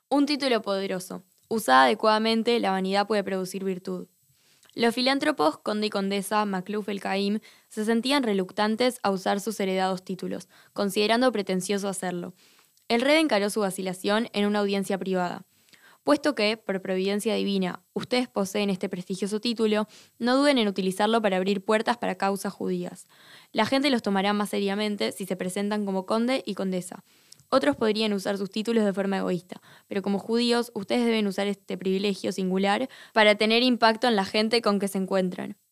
Un título poderoso. Usada adecuadamente, la vanidad puede producir virtud. Los filántropos, conde y condesa Macluf el-Caim, se sentían reluctantes a usar sus heredados títulos, considerando pretencioso hacerlo. El rey encaró su vacilación en una audiencia privada. Puesto que, por providencia divina, ustedes poseen este prestigioso título, no duden en utilizarlo para abrir puertas para causas judías. La gente los tomará más seriamente si se presentan como conde y condesa. Otros podrían usar sus títulos de forma egoísta, pero como judíos, ustedes deben usar este privilegio singular para tener impacto en la gente con que se encuentran.